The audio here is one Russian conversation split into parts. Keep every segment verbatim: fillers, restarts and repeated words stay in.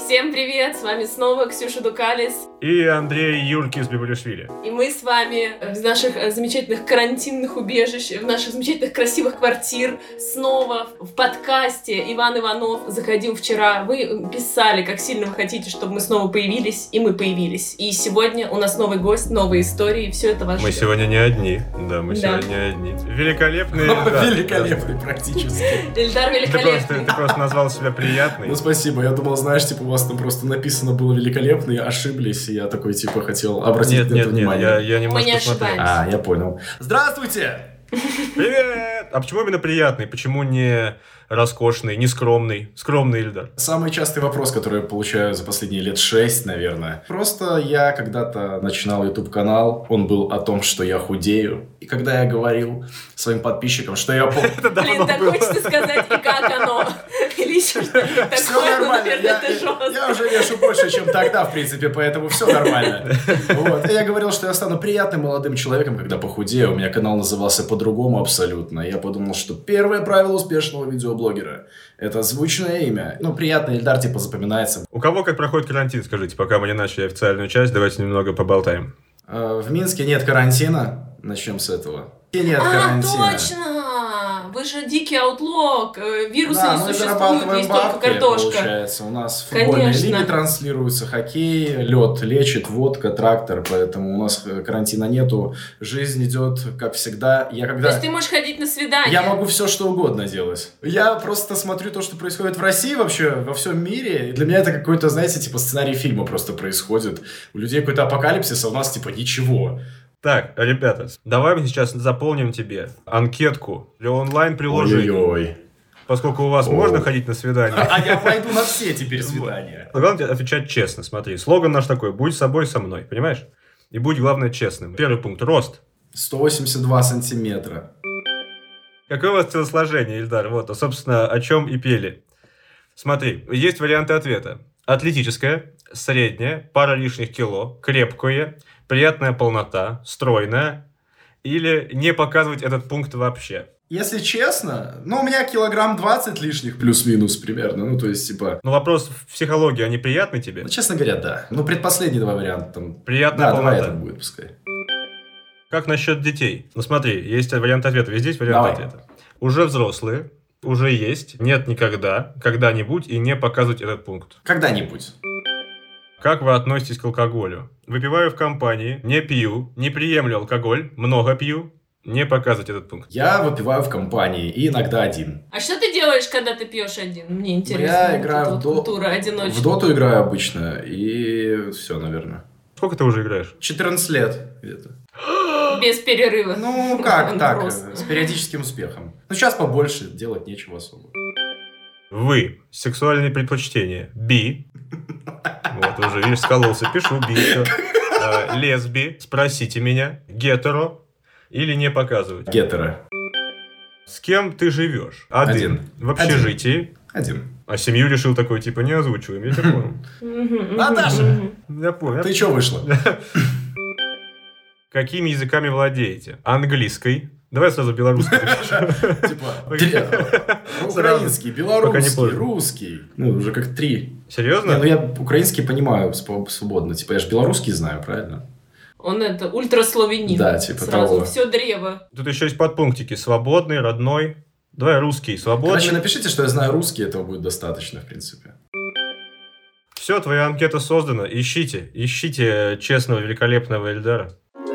Всем привет! С вами снова Ксюша Дукалис и Андрей Юркис Бибулишвили. И мы с вами в наших замечательных карантинных убежищ, в наших замечательных красивых квартир, снова в подкасте «Иван Иванов заходил вчера». Вы писали, как сильно вы хотите, чтобы мы снова появились, и мы появились. И сегодня у нас новый гость, новые истории, все это ваше. Мы сегодня не одни. Да, мы да. сегодня не одни. Великолепный Эльдар. Великолепный практически. Эльдар великолепный. Ты просто назвал себя приятный. Ну спасибо, я думал, знаешь, типа у вас там просто написано было великолепный, ошиблись, и я такой типа хотел обратить нет, на нет, это нет, внимание. Я, я не Мы не ошибаемся. А, я понял. Здравствуйте! Привет! А почему именно приятный? Почему не роскошный, не скромный? Скромный Эльдар. Самый частый вопрос, который я получаю за последние лет шесть, наверное. Просто я когда-то начинал YouTube-канал, он был о том, что я худею. И когда я говорил своим подписчикам, что я... Блин, так хочется сказать, и как оно? Или еще что-то такое, наверное, это жестко. Я уже вешу больше, чем тогда, в принципе, поэтому все нормально. Вот. И я говорил, что я стану приятным молодым человеком, когда похудею. У меня канал назывался по-другому абсолютно. Я подумал, что первое правило успешного видеоблогера – это звучное имя. Ну, приятный Эльдар, типа, запоминается. У кого как проходит карантин, скажите, пока мы не начали официальную часть, давайте немного поболтаем. В Минске нет карантина. Начнем с этого. И нет а, карантина. точно! Вы же дикий аутлок, вирусы да, не мы существуют, есть только бабки, картошка. Получается. У нас футбольные Конечно. лиги транслируются, хоккей, лед лечит, водка, трактор, поэтому у нас карантина нету. Жизнь идет, как всегда. Я когда... То есть ты можешь ходить на свидание? Я могу все, что угодно делать. Я просто смотрю то, что происходит в России вообще, во всем мире. И для меня это какой-то, знаете, типа сценарий фильма просто происходит. У людей какой-то апокалипсис, а у нас типа ничего. Так, ребята, давай мы сейчас заполним тебе анкетку для онлайн-приложения. Ой-ой-ой. Поскольку у вас О. можно ходить на свидание. А я пойду на все теперь свидания. Главное отвечать честно, смотри. Слоган наш такой: будь собой со мной, понимаешь? И будь, главное, честным. Первый пункт. Рост. сто восемьдесят два сантиметра. Какое у вас телосложение, Эльдар? Вот, а, собственно, о чем и пели. Смотри, есть варианты ответа. Атлетическое, среднее, пара лишних кило, крепкое, приятная полнота, стройная, или не показывать этот пункт вообще. Если честно, ну, у меня килограмм двадцать лишних, плюс-минус примерно, ну, то есть, типа... Ну, вопрос в психологии, они приятны тебе? Ну, честно говоря, да. Ну, предпоследние два варианта там... Приятная да, полнота. давай это будет, пускай. Как насчет детей? Ну, смотри, есть вариант ответа, везде есть вариант Давай. ответа. Уже взрослые, уже есть, нет никогда, когда-нибудь, и не показывать этот пункт. Когда-нибудь. Как вы относитесь к алкоголю? Выпиваю в компании, не пью, не приемлю алкоголь, много пью, не показывать этот пункт. Я выпиваю в компании и иногда один. А что ты делаешь, когда ты пьешь один? Мне интересно. Я вот играю эта в, вот до... культура одиночества. в доту играю обычно, и все, наверное. Сколько ты уже играешь? четырнадцать лет где-то. Без перерыва. Ну, как так, Просто. с периодическим успехом. Ну, сейчас побольше, делать нечего особо. Вы. Сексуальные предпочтения. Би. Вот, уже, видишь, скололся. Пишу би. Все. А, лесби. Спросите меня. Гетеро. Или не показывать. Гетеро. С кем ты живешь? Один. Один. В общежитии. Один. А семью решил такой, типа, не озвучиваем. Я тебя понял. Наташа! Я понял. Ты что вышла? Какими языками владеете? Английской. Давай сразу белорусский. Типа, украинский, белорусский, русский. Ну, уже как три. Серьезно? Ну, я украинский понимаю свободно. Типа, я же белорусский знаю, правильно? Он это, ультраславянин. Да, типа Сразу того. все древо. Тут еще есть подпунктики. Свободный, родной. Давай русский, свободный. Короче, напишите, что я знаю русский, этого будет достаточно, в принципе. Все, твоя анкета создана. Ищите, ищите честного, великолепного Эльдара.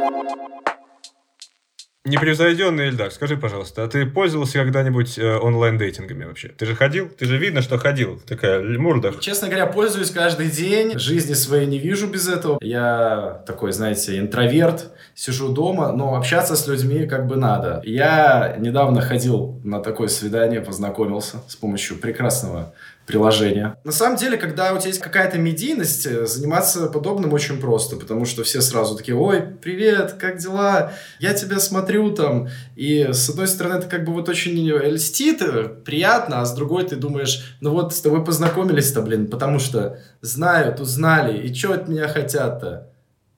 Непревзойденный Эльдар, скажи, пожалуйста, а ты пользовался когда-нибудь э, онлайн-дейтингами вообще? Ты же ходил? Ты же видно, что ходил. Такая морда. Честно говоря, пользуюсь каждый день. Жизни своей не вижу без этого. Я такой, знаете, интроверт. Сижу дома, но общаться с людьми как бы надо. Я недавно ходил на такое свидание, познакомился с помощью прекрасного приложения. На самом деле, когда у тебя есть какая-то медийность, заниматься подобным очень просто, потому что все сразу такие: ой, привет, как дела? Я тебя смотрю там. И с одной стороны, это как бы вот очень льстит, приятно, а с другой ты думаешь: ну вот с тобой познакомились-то, блин, потому что знают, узнали, и что от меня хотят-то?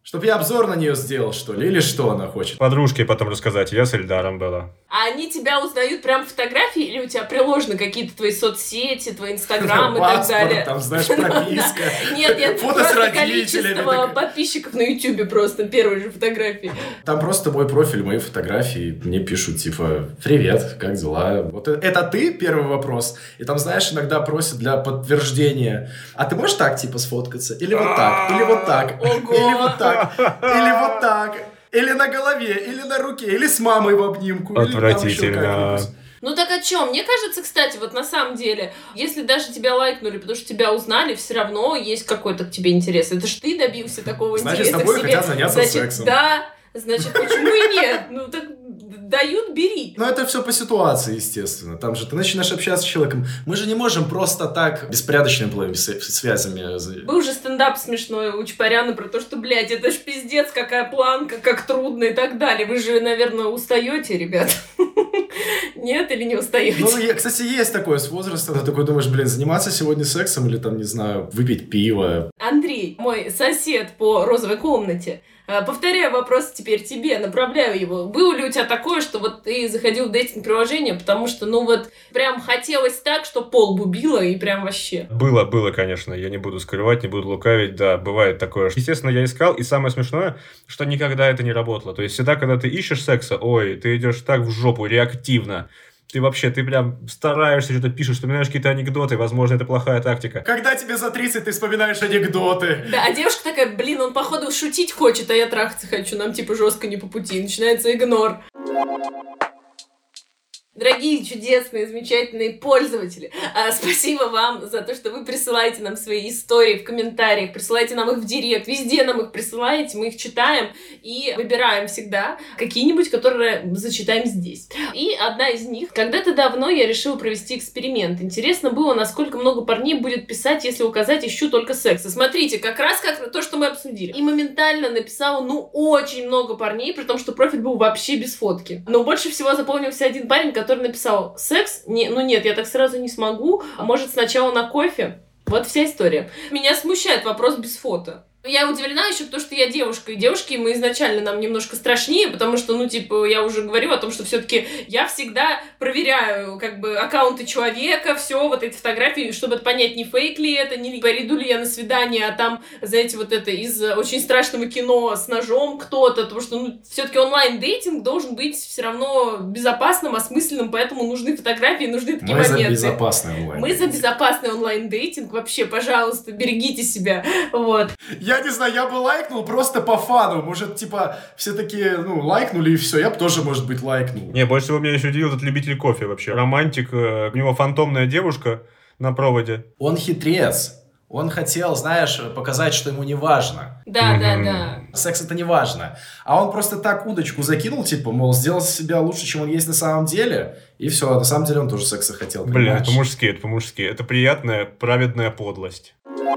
Чтоб я обзор на нее сделал, что ли? Или что она хочет? Подружке потом рассказать, я с Эльдаром была. А они тебя узнают прям фотографии, или у тебя приложены какие-то твои соцсети, твой инстаграм и так Паспорт, далее? там, знаешь, прописка. Нет, нет, фото с просто родителями. количество подписчиков на ютубе просто, первые же фотографии. Там просто мой профиль, мои фотографии. Мне пишут, типа, привет, как дела? Вот это ты, первый вопрос. И там, знаешь, иногда просят для подтверждения. А ты можешь так, типа, сфоткаться? Или вот так? Или вот так? Ого! Или вот так? Или вот так? Или на голове? Или на руке? Или с мамой в обнимку? Или там еще Отвратительно. как-нибудь. Ну так о чем? Мне кажется, кстати, вот на самом деле, если даже тебя лайкнули, потому что тебя узнали, все равно есть какой-то к тебе интерес. Это ж ты добился такого Значит, интереса с тобой к себе. хотят заняться Значит, сексом. Да, значит, почему и нет? Ну так дают, бери. Но это все по ситуации, естественно. Там же ты начинаешь общаться с человеком. Мы же не можем просто так беспорядочными половыми связями. Был же стендап смешной у Чапаряна про то, что, блядь, это ж пиздец, какая планка, как трудно и так далее. Вы же, наверное, устаете, ребят? Нет или не устаете? Ну, я, кстати, есть такое с возрастом. Ты такой думаешь, блин, заниматься сегодня сексом или там, не знаю, выпить пиво. Андрей, мой сосед по розовой комнате, повторяю вопрос теперь тебе, направляю его. Было ли у тебя такое, что вот ты заходил в дейтинг-приложение, потому что, ну вот, прям хотелось так, что пол бубило и прям вообще? Было, было, конечно, я не буду скрывать, не буду лукавить, да, бывает такое. Естественно, я искал, и самое смешное, что никогда это не работало. То есть всегда, когда ты ищешь секса, ой, ты идешь так в жопу, реактивно. Ты вообще, ты прям стараешься, что-то пишешь, вспоминаешь какие-то анекдоты, возможно, это плохая тактика. Когда тебе за тридцать, ты вспоминаешь анекдоты. Да, а девушка такая, блин, он походу шутить хочет, а я трахаться хочу, нам типа жестко не по пути. Начинается игнор. Дорогие, чудесные, замечательные пользователи, а, спасибо вам за то, что вы присылаете нам свои истории в комментариях, присылаете нам их в директ, везде нам их присылаете, мы их читаем и выбираем всегда какие-нибудь, которые зачитаем здесь. И одна из них. Когда-то давно я решила провести эксперимент. Интересно было, насколько много парней будет писать, если указать «ищу только секса». Смотрите, как раз как то, что мы обсудили. И моментально написала, ну, очень много парней, при том, что профиль был вообще без фотки. Но больше всего запомнился один парень, который который написал «секс? Не, ну нет, я так сразу не смогу. А может, сначала на кофе?» Вот вся история. Меня смущает вопрос без фото. Я удивлена еще, потому что я девушка, и девушки мы изначально нам немножко страшнее, потому что, ну, типа, я уже говорю о том, что все-таки я всегда проверяю, как бы, аккаунты человека, все, вот эти фотографии, чтобы понять, не фейк ли это, не пойду ли я на свидание, а там, знаете, вот это из очень страшного кино с ножом кто-то, потому что, ну, все-таки онлайн-дейтинг должен быть все равно безопасным, осмысленным, поэтому нужны фотографии, нужны такие Мы моменты. за безопасный онлайн. Мы за безопасный онлайн-дейтинг, вообще, пожалуйста, берегите себя, вот. Я не знаю, я бы лайкнул просто по фану. Может, типа, все такие, ну, лайкнули и все. Я бы тоже, может быть, лайкнул. Не, больше всего меня еще удивил этот любитель кофе вообще. Романтик, э, у него фантомная девушка на проводе. Он хитрец. Он хотел, знаешь, показать, что ему не важно. Да, да, Мгм. да. Секс это не важно. А он просто так удочку закинул, типа, мол, сделал себя лучше, чем он есть на самом деле. И все, на самом деле он тоже секса хотел. Блин, понимаешь? это по-мужски, это по-мужски. Это приятная, праведная подлость.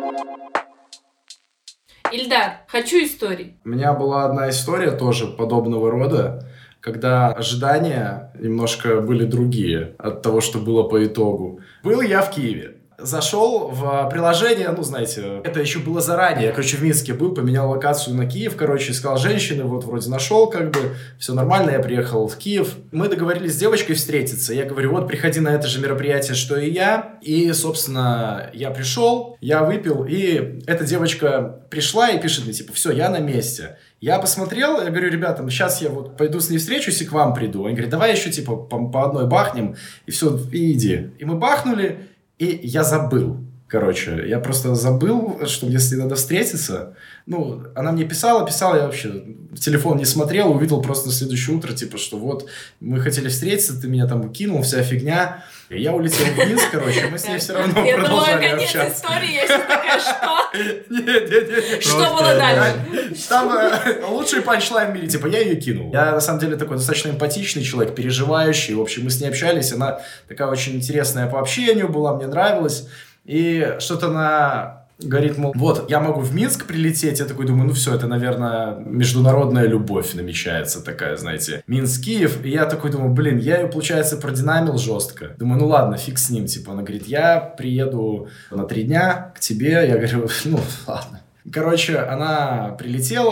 Ильдар, хочу историй. У меня была одна история тоже подобного рода, когда ожидания немножко были другие от того, что было по итогу. Был я в Киеве. Зашел в приложение, ну, знаете, это еще было заранее. Я, короче, в Минске был, поменял локацию на Киев, короче, искал женщины, вот вроде нашел, как бы, все нормально, я приехал в Киев. Мы договорились с девочкой встретиться. Я говорю, вот, приходи на это же мероприятие, что и я. И, собственно, я пришел, я выпил, и эта девочка пришла и пишет мне, типа, все, я на месте. Я посмотрел, я говорю, ребята, сейчас я вот пойду с ней встречусь и к вам приду. Они говорят, давай еще, типа, по, по одной бахнем, и все, и иди. И мы бахнули, и я забыл, короче, я просто забыл, что мне с ней надо встретиться. Ну, она мне писала, писала, я вообще в телефон не смотрел, увидел просто на следующее утро, типа, что вот, мы хотели встретиться, ты меня там кинул, вся фигня. И я улетел в Минск, короче, мы с ней все равно Я думала, продолжали конец общаться. истории, я сейчас такая, что? Нет, нет, нет. Что было дальше? Там э, лучший панчлайн в мире, типа, я ее кинул. Я, на самом деле, такой достаточно эмпатичный человек, переживающий. В общем, мы с ней общались, она такая очень интересная по общению была, мне нравилась. И что-то она говорит, мол, вот, я могу в Минск прилететь. Я такой думаю, ну все, это, наверное, международная любовь намечается такая, знаете. Минск-Киев. И я такой думаю, блин, я ее, получается, продинамил жестко. Думаю, ну ладно, фиг с ним. Типа, она говорит, я приеду на три дня к тебе. Я говорю, ну ладно. Короче, она прилетела.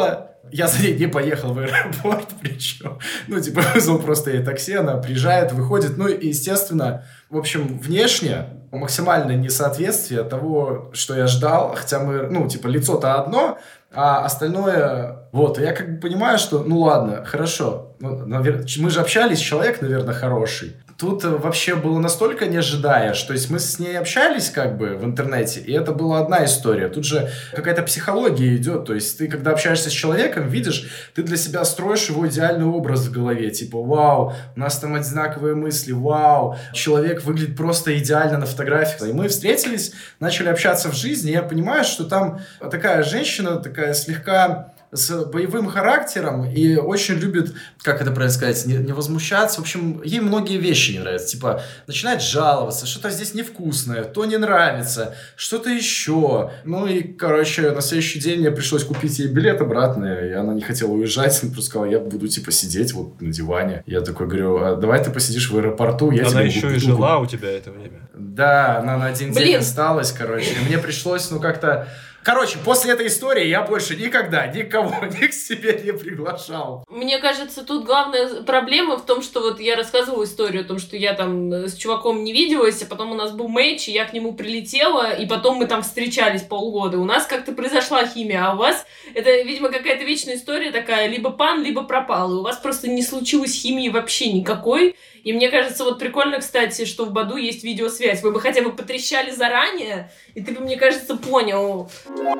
Я за ней не поехал в аэропорт, причем. Ну, типа, вызвал просто ей такси, она приезжает, выходит. Ну, и, естественно, в общем, внешне максимальное несоответствие того, что я ждал. Хотя мы, ну, типа, лицо-то одно, а остальное... Вот, я как бы понимаю, что, ну, ладно, хорошо. Ну, навер... Мы же общались, человек, наверное, хороший. Тут вообще было настолько не ожидаешь. То есть мы с ней общались как бы в интернете, и это была одна история. Тут же какая-то психология идет. То есть ты, когда общаешься с человеком, видишь, ты для себя строишь его идеальный образ в голове. Типа, вау, у нас там одинаковые мысли, вау, человек выглядит просто идеально на фотографиях. И мы встретились, начали общаться в жизни, и я понимаю, что там такая женщина, такая слегка... с боевым характером и очень любит, как это правильно сказать, не, не возмущаться. В общем, ей многие вещи не нравятся. Типа, начинает жаловаться, что-то здесь невкусное, то не нравится, что-то еще. Ну и, короче, на следующий день мне пришлось купить ей билет обратно, и она не хотела уезжать. Она просто сказала, я буду, типа, сидеть вот на диване. Я такой говорю, а давай ты посидишь в аэропорту, я она тебе еще буду... и жила у тебя это время. Да, она на один Блин. день осталась, короче. И мне пришлось, ну, как-то... Короче, после этой истории я больше никогда никого ни к себе не приглашал. Мне кажется, тут главная проблема в том, что вот я рассказывала историю о том, что я там с чуваком не виделась, а потом у нас был матч, и я к нему прилетела, и потом мы там встречались полгода. У нас как-то произошла химия, а у вас это, видимо, какая-то вечная история такая, либо пан, либо пропал. И у вас просто не случилось химии вообще никакой. И мне кажется, вот прикольно, кстати, что в Баду есть видеосвязь. Вы бы хотя бы потрещали заранее, и ты бы, мне кажется, понял.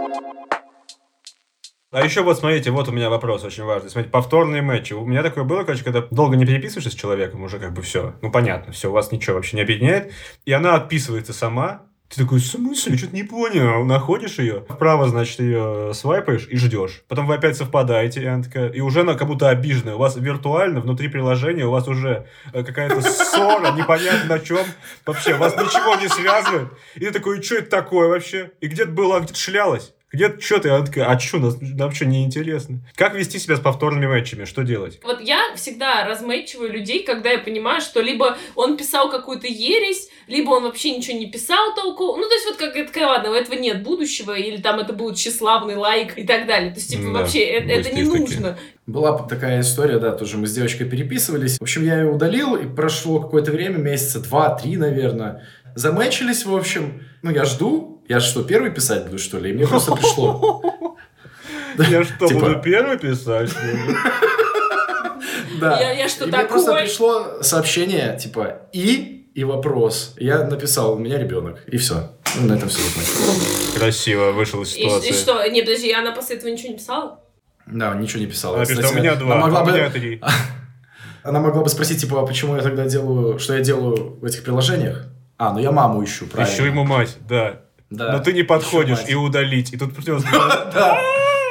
А еще вот смотрите, вот у меня вопрос очень важный. Смотрите, повторные матчи. У меня такое было, короче, когда долго не переписываешься с человеком, уже как бы все, ну понятно, все, у вас ничего вообще не объединяет, и она отписывается сама. Ты такой, в смысле, что-то не понял. Находишь ее, вправо, значит, ее свайпаешь и ждешь. Потом вы опять совпадаете, и она такая, и уже она как будто обиженная. У вас виртуально, внутри приложения, у вас уже какая-то ссора, непонятно на чем. Вообще, вас ничего не связывает. И ты такой, что это такое вообще? И где-то была, где-то шлялась. Где-то что-то, она такая, а что, нас вообще неинтересно. Как вести себя с повторными матчами, что делать? Вот я всегда размэтчиваю людей, когда я понимаю, что либо он писал какую-то ересь, либо он вообще ничего не писал толку. Ну, то есть вот как это, такая, ладно, у этого нет будущего, или там это будет тщеславный лайк и так далее. То есть, типа, Да, вообще это, это не нужно. Такие. Была такая история, да, тоже мы с девочкой переписывались. В общем, я ее удалил, и прошло какое-то время, месяца два-три, наверное. Замэчились, в общем. Ну, я жду. Я что, первый писать буду, что ли? И мне просто пришло. Я что, буду первый писать? Да. Я, я что, и такой? мне просто пришло сообщение, типа, и, и вопрос. Я написал, у меня ребенок. И все. Ну, на этом все закончилось. Красиво вышел из ситуации. И, и что? Не, подожди, она после этого ничего не писала? Да, ничего не писала. Она пишет, у меня два, могла у бы... меня три. Она могла бы спросить, типа, а почему я тогда делаю, что я делаю в этих приложениях? А, ну я маму ищу, правильно. Ищу ему мать, да. Да. Но ты не подходишь и удалить. И тут просто... Да.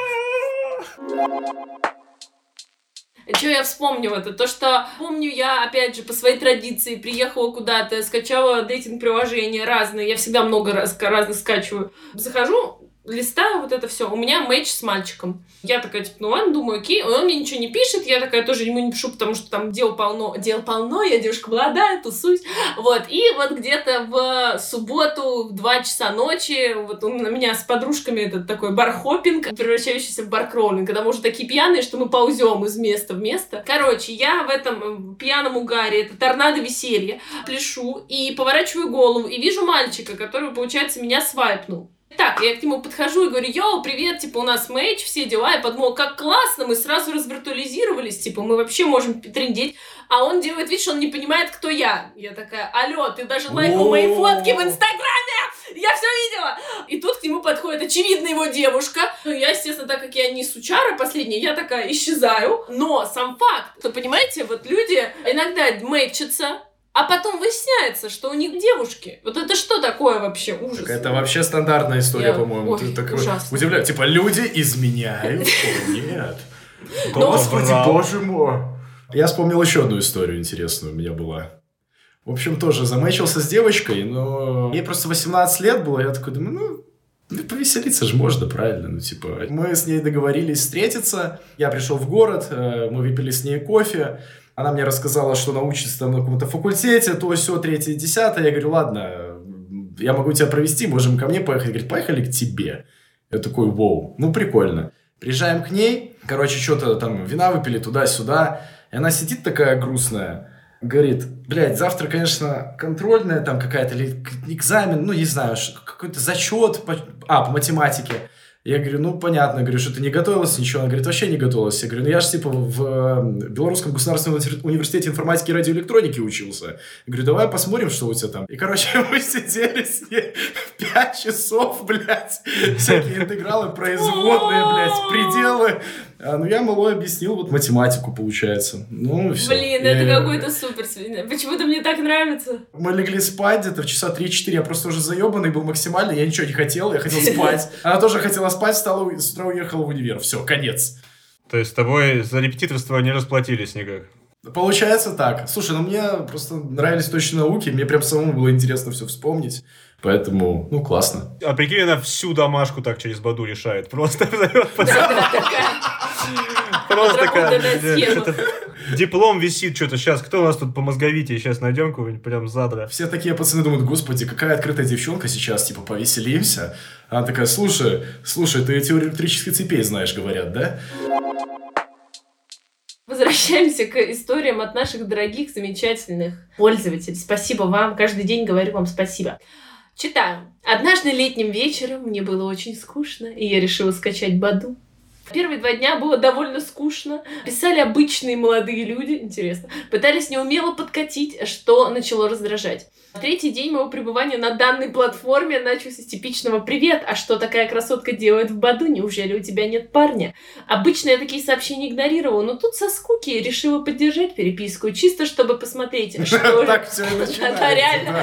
Что я вспомнила? Это то, что помню я, опять же, по своей традиции приехала куда-то, скачала дейтинг-приложения разные, я всегда много раз, разных скачиваю. Захожу, листаю вот это все, у меня матч с мальчиком. Я такая, типа, ну ладно, думаю, окей, он мне ничего не пишет, я такая тоже ему не пишу, потому что там дел полно, дел полно, я девушка молодая, тусуюсь, вот, и вот где-то в субботу в два часа ночи, вот у меня с подружками этот такой бар-хоппинг, превращающийся в бар-кроулинг, когда мы уже такие пьяные, что мы ползем из места в место. Короче, я в этом пьяном угаре, это торнадо веселья, пляшу и поворачиваю голову, и вижу мальчика, который, получается, меня свайпнул. Так, я к нему подхожу и говорю, йоу, привет, типа, у нас мэйч, все дела. Я подумала, как классно, мы сразу развиртуализировались, типа, мы вообще можем трындеть. А он делает вид, что он не понимает, кто я. Я такая, алло, ты даже лайкал мои фотки в Инстаграме! Я все видела! И тут к нему подходит, очевидно, его девушка. Ну, я, естественно, так как я не сучара последняя, я такая исчезаю. Но сам факт, что, понимаете, вот люди иногда мэйчатся, а потом выясняется, что у них девушки. Вот это что такое вообще? Ужас. Так это вообще стандартная история, Я... по-моему. Ой, Ты так ужасно. удивляешь. Типа, люди изменяют. О, нет. Но- Господи, боже мой. Я вспомнил еще одну историю интересную у меня была. В общем, тоже замэчился с девочкой, но ей просто восемнадцать лет было. Я такой думаю, ну, повеселиться же можно, правильно? Ну, типа, мы с ней договорились встретиться. Я пришел в город, мы выпили с ней кофе. Она мне рассказала, что она учится там на каком-то факультете, то, сё, третье, десятое. Я говорю, ладно, я могу тебя провести, можем ко мне поехать. Говорит, поехали к тебе. Я такой, вау, ну прикольно. Приезжаем к ней, короче, что-то там вина выпили туда-сюда, и она сидит такая грустная, говорит, блядь, завтра, конечно, контрольная там какая-то, или экзамен, ну, не знаю, какой-то зачет, по, а, по математике. Я говорю, ну, понятно, говорю, что ты не готовилась, ничего. Она говорит, вообще не готовилась. Я говорю, ну, я же, типа, в Белорусском государственном университете информатики и радиоэлектроники учился. Я говорю, давай посмотрим, что у тебя там. И, короче, мы сидели с ней пять часов, блядь, всякие интегралы, производные, блядь, пределы. А, ну, я малой объяснил вот математику, получается. Ну, все. Блин, я... это какой-то супер. Почему-то мне так нравится. Мы легли спать где-то в часа три-четыре. Я просто уже заебанный был максимально. Я ничего не хотел, я хотел спать. Она тоже хотела спать, встала, с утра уехала в универ. Все, конец. То есть с тобой за репетиторство не расплатились никак? Получается так. Слушай, ну мне просто нравились точные науки. Мне прям самому было интересно все вспомнить. Поэтому, ну, классно. А прикинь, она всю домашку так через Баду решает. Просто Просто такая, диплом висит что-то. Сейчас, кто у нас тут по мозговитию? Сейчас найдем кого-нибудь прям задра. Все такие пацаны думают, господи, какая открытая девчонка сейчас, типа, повеселимся. Она такая, слушай, слушай, ты теорию электрических цепей знаешь, говорят, да? Возвращаемся к историям от наших дорогих, замечательных пользователей. Спасибо вам. Каждый день говорю вам спасибо. Читаю. Однажды летним вечером мне было очень скучно, и я решила скачать Баду. Первые два дня было довольно скучно. Писали обычные молодые люди, интересно. Пытались неумело подкатить, что начало раздражать. Третий день моего пребывания на данной платформе начался с типичного «Привет, а что такая красотка делает в Баду? Неужели у тебя нет парня?» Обычно я такие сообщения игнорировала, но тут со скуки решила поддержать переписку, чисто чтобы посмотреть, что... Так все и начинается. Да, реально,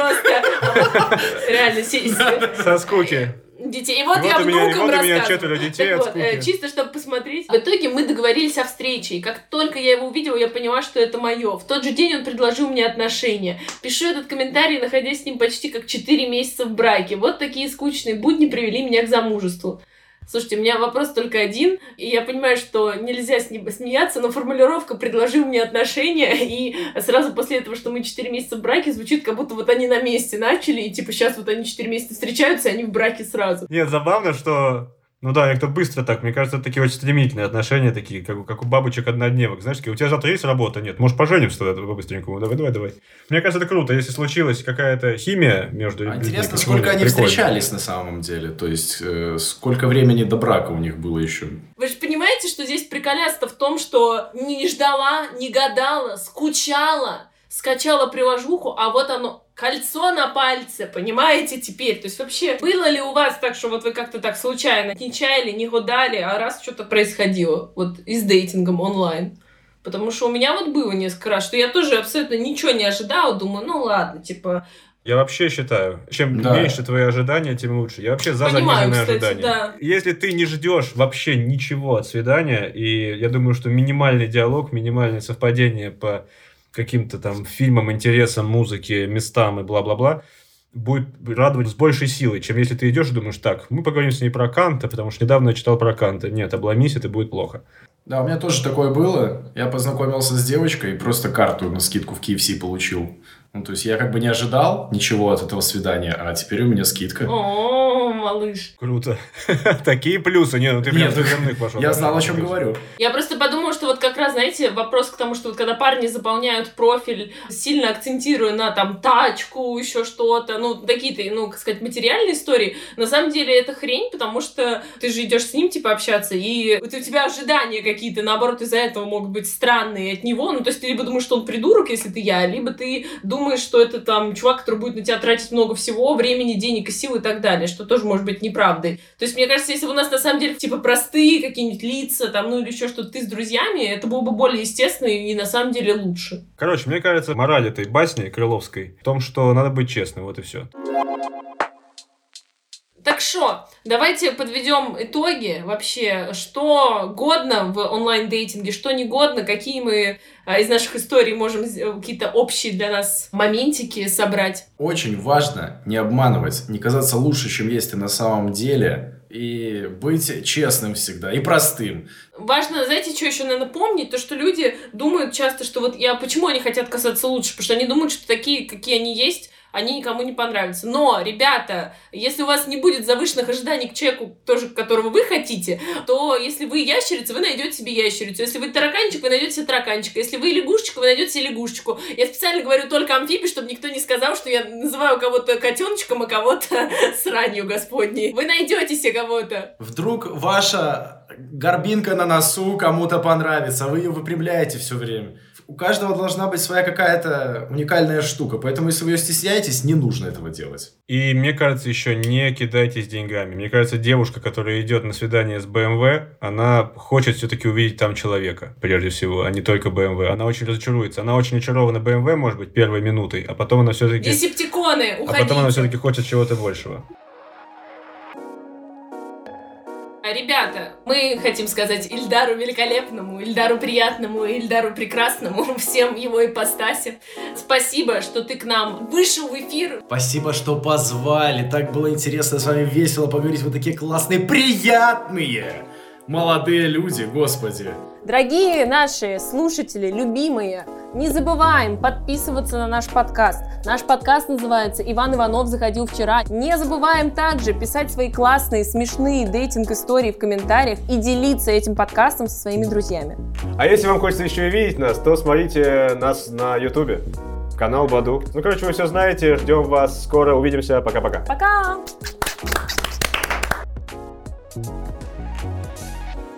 просто... Реально, со скуки. Детей. И вот, вот я внукам рассказываю. Детей вот, э, чисто чтобы посмотреть. В итоге мы договорились о встрече. И как только я его увидела, я поняла, что это мое. В тот же день он предложил мне отношения. Пишу этот комментарий, находясь с ним почти как четыре месяца в браке. Вот такие скучные будни привели меня к замужеству. Слушайте, у меня вопрос только один, и я понимаю, что нельзя с ним смеяться, но формулировка «предложил мне отношения», и сразу после этого, что мы четыре месяца в браке, звучит, как будто вот они на месте начали, и типа сейчас вот они четыре месяца встречаются, и они в браке сразу. Нет, забавно, что... Ну да, как-то быстро так. Мне кажется, это такие очень стремительные отношения, такие, как, у- как у бабочек-однодневок. Знаешь, такие, у тебя завтра есть работа? Нет. Может, поженимся тогда по-быстренькому? Давай, давай, давай. Мне кажется, это круто. Если случилась какая-то химия между А людьми, интересно, почему сколько нет? они Прикольно. встречались на самом деле. То есть, э, сколько времени до брака у них было еще. Вы же понимаете, что здесь приколяство в том, что не ждала, не гадала, скучала, скачала приложуху, а вот оно, кольцо на пальце, понимаете, теперь? То есть вообще, было ли у вас так, что вот вы как-то так случайно не чаяли, не гадали, а раз что-то происходило вот и с дейтингом онлайн? Потому что у меня вот было несколько раз, что я тоже абсолютно ничего не ожидала, думаю, ну ладно, типа... Я вообще считаю, чем Да. меньше твои ожидания, тем лучше. Я вообще за Понимаю, заниженные кстати, ожидания. да. Если ты не ждешь вообще ничего от свидания, и я думаю, что минимальный диалог, минимальное совпадение по каким-то там фильмам, интересам, музыке, местам и бла-бла-бла, будет радовать с большей силой, чем если ты идешь и думаешь, так, мы поговорим с ней про Канта, потому что недавно я читал про Канта. Нет, обломись, это будет плохо. Да, у меня тоже такое было. Я познакомился с девочкой и просто карту на скидку в кей эф си получил. Ну, то есть я как бы не ожидал ничего от этого свидания, а теперь у меня скидка. О, малыш. Круто. Такие плюсы. Не, ну ты прям Нет, с взрывных пошел. Я знал, о чем говорю. Я просто подумала, что вот как раз, знаете, вопрос к тому, что вот когда парни заполняют профиль, сильно акцентируя на там тачку, еще что-то, ну, какие-то, ну, как сказать, материальные истории, на самом деле это хрень, потому что ты же идешь с ним, типа, общаться, и вот у тебя ожидания какие-то, наоборот, из-за этого могут быть странные от него, ну, то есть ты либо думаешь, что он придурок, если ты я, либо ты думаешь, что это там чувак, который будет на тебя тратить много всего, времени, денег и сил и так далее, что тоже может быть неправдой. То есть, мне кажется, если бы у нас на самом деле, типа, простые какие-нибудь лица, там, ну, или еще что-то, ты с друзьями, это было бы более естественно и на самом деле лучше. Короче, мне кажется, мораль этой басни крыловской в том, что надо быть честным, вот и все. Так что, давайте подведем итоги вообще, что годно в онлайн-дейтинге, что не годно, какие мы а, из наших историй можем какие-то общие для нас моментики собрать. Очень важно не обманывать, не казаться лучше, чем есть ты на самом деле, и быть честным всегда, и простым. Важно, знаете, что еще надо помнить, то, что люди думают часто, что вот я, почему они хотят казаться лучше, потому что они думают, что такие, какие они есть, они никому не понравятся. Но, ребята, если у вас не будет завышенных ожиданий к человеку, тоже которого вы хотите, то если вы ящерица, вы найдете себе ящерицу. Если вы тараканчик, вы найдете себе тараканчика. Если вы лягушечка, вы найдете себе лягушечку. Я специально говорю только амфибий, чтобы никто не сказал, что я называю кого-то котеночком, а кого-то сранью господней. Вы найдете себе кого-то. Вдруг ваша горбинка на носу кому-то понравится, а вы ее выпрямляете все время. У каждого должна быть своя какая-то уникальная штука, поэтому если вы ее стесняетесь, не нужно этого делать. И мне кажется, еще не кидайтесь деньгами. Мне кажется, девушка, которая идет на свидание с бэ эм вэ, она хочет все-таки увидеть там человека, прежде всего, а не только бэ эм вэ. Она очень разочаруется. Она очень очарована бэ эм вэ, может быть, первой минутой, а потом она все-таки... Десептиконы, уходите. А потом она все-таки хочет чего-то большего. Ребята, мы хотим сказать Ильдару великолепному, Ильдару приятному, Ильдару прекрасному, всем его ипостаси. Спасибо, что ты к нам вышел в эфир. Спасибо, что позвали. Так было интересно с вами весело поговорить. Вы такие классные, приятные молодые люди, господи. Дорогие наши слушатели, любимые, не забываем подписываться на наш подкаст. Наш подкаст называется «Иван Иванов заходил вчера». Не забываем также писать свои классные, смешные дейтинг-истории в комментариях и делиться этим подкастом со своими друзьями. А если вам хочется еще и видеть нас, то смотрите нас на ютубе. Канал Баду. Ну, короче, вы все знаете. Ждем вас. Скоро увидимся. Пока-пока. Пока!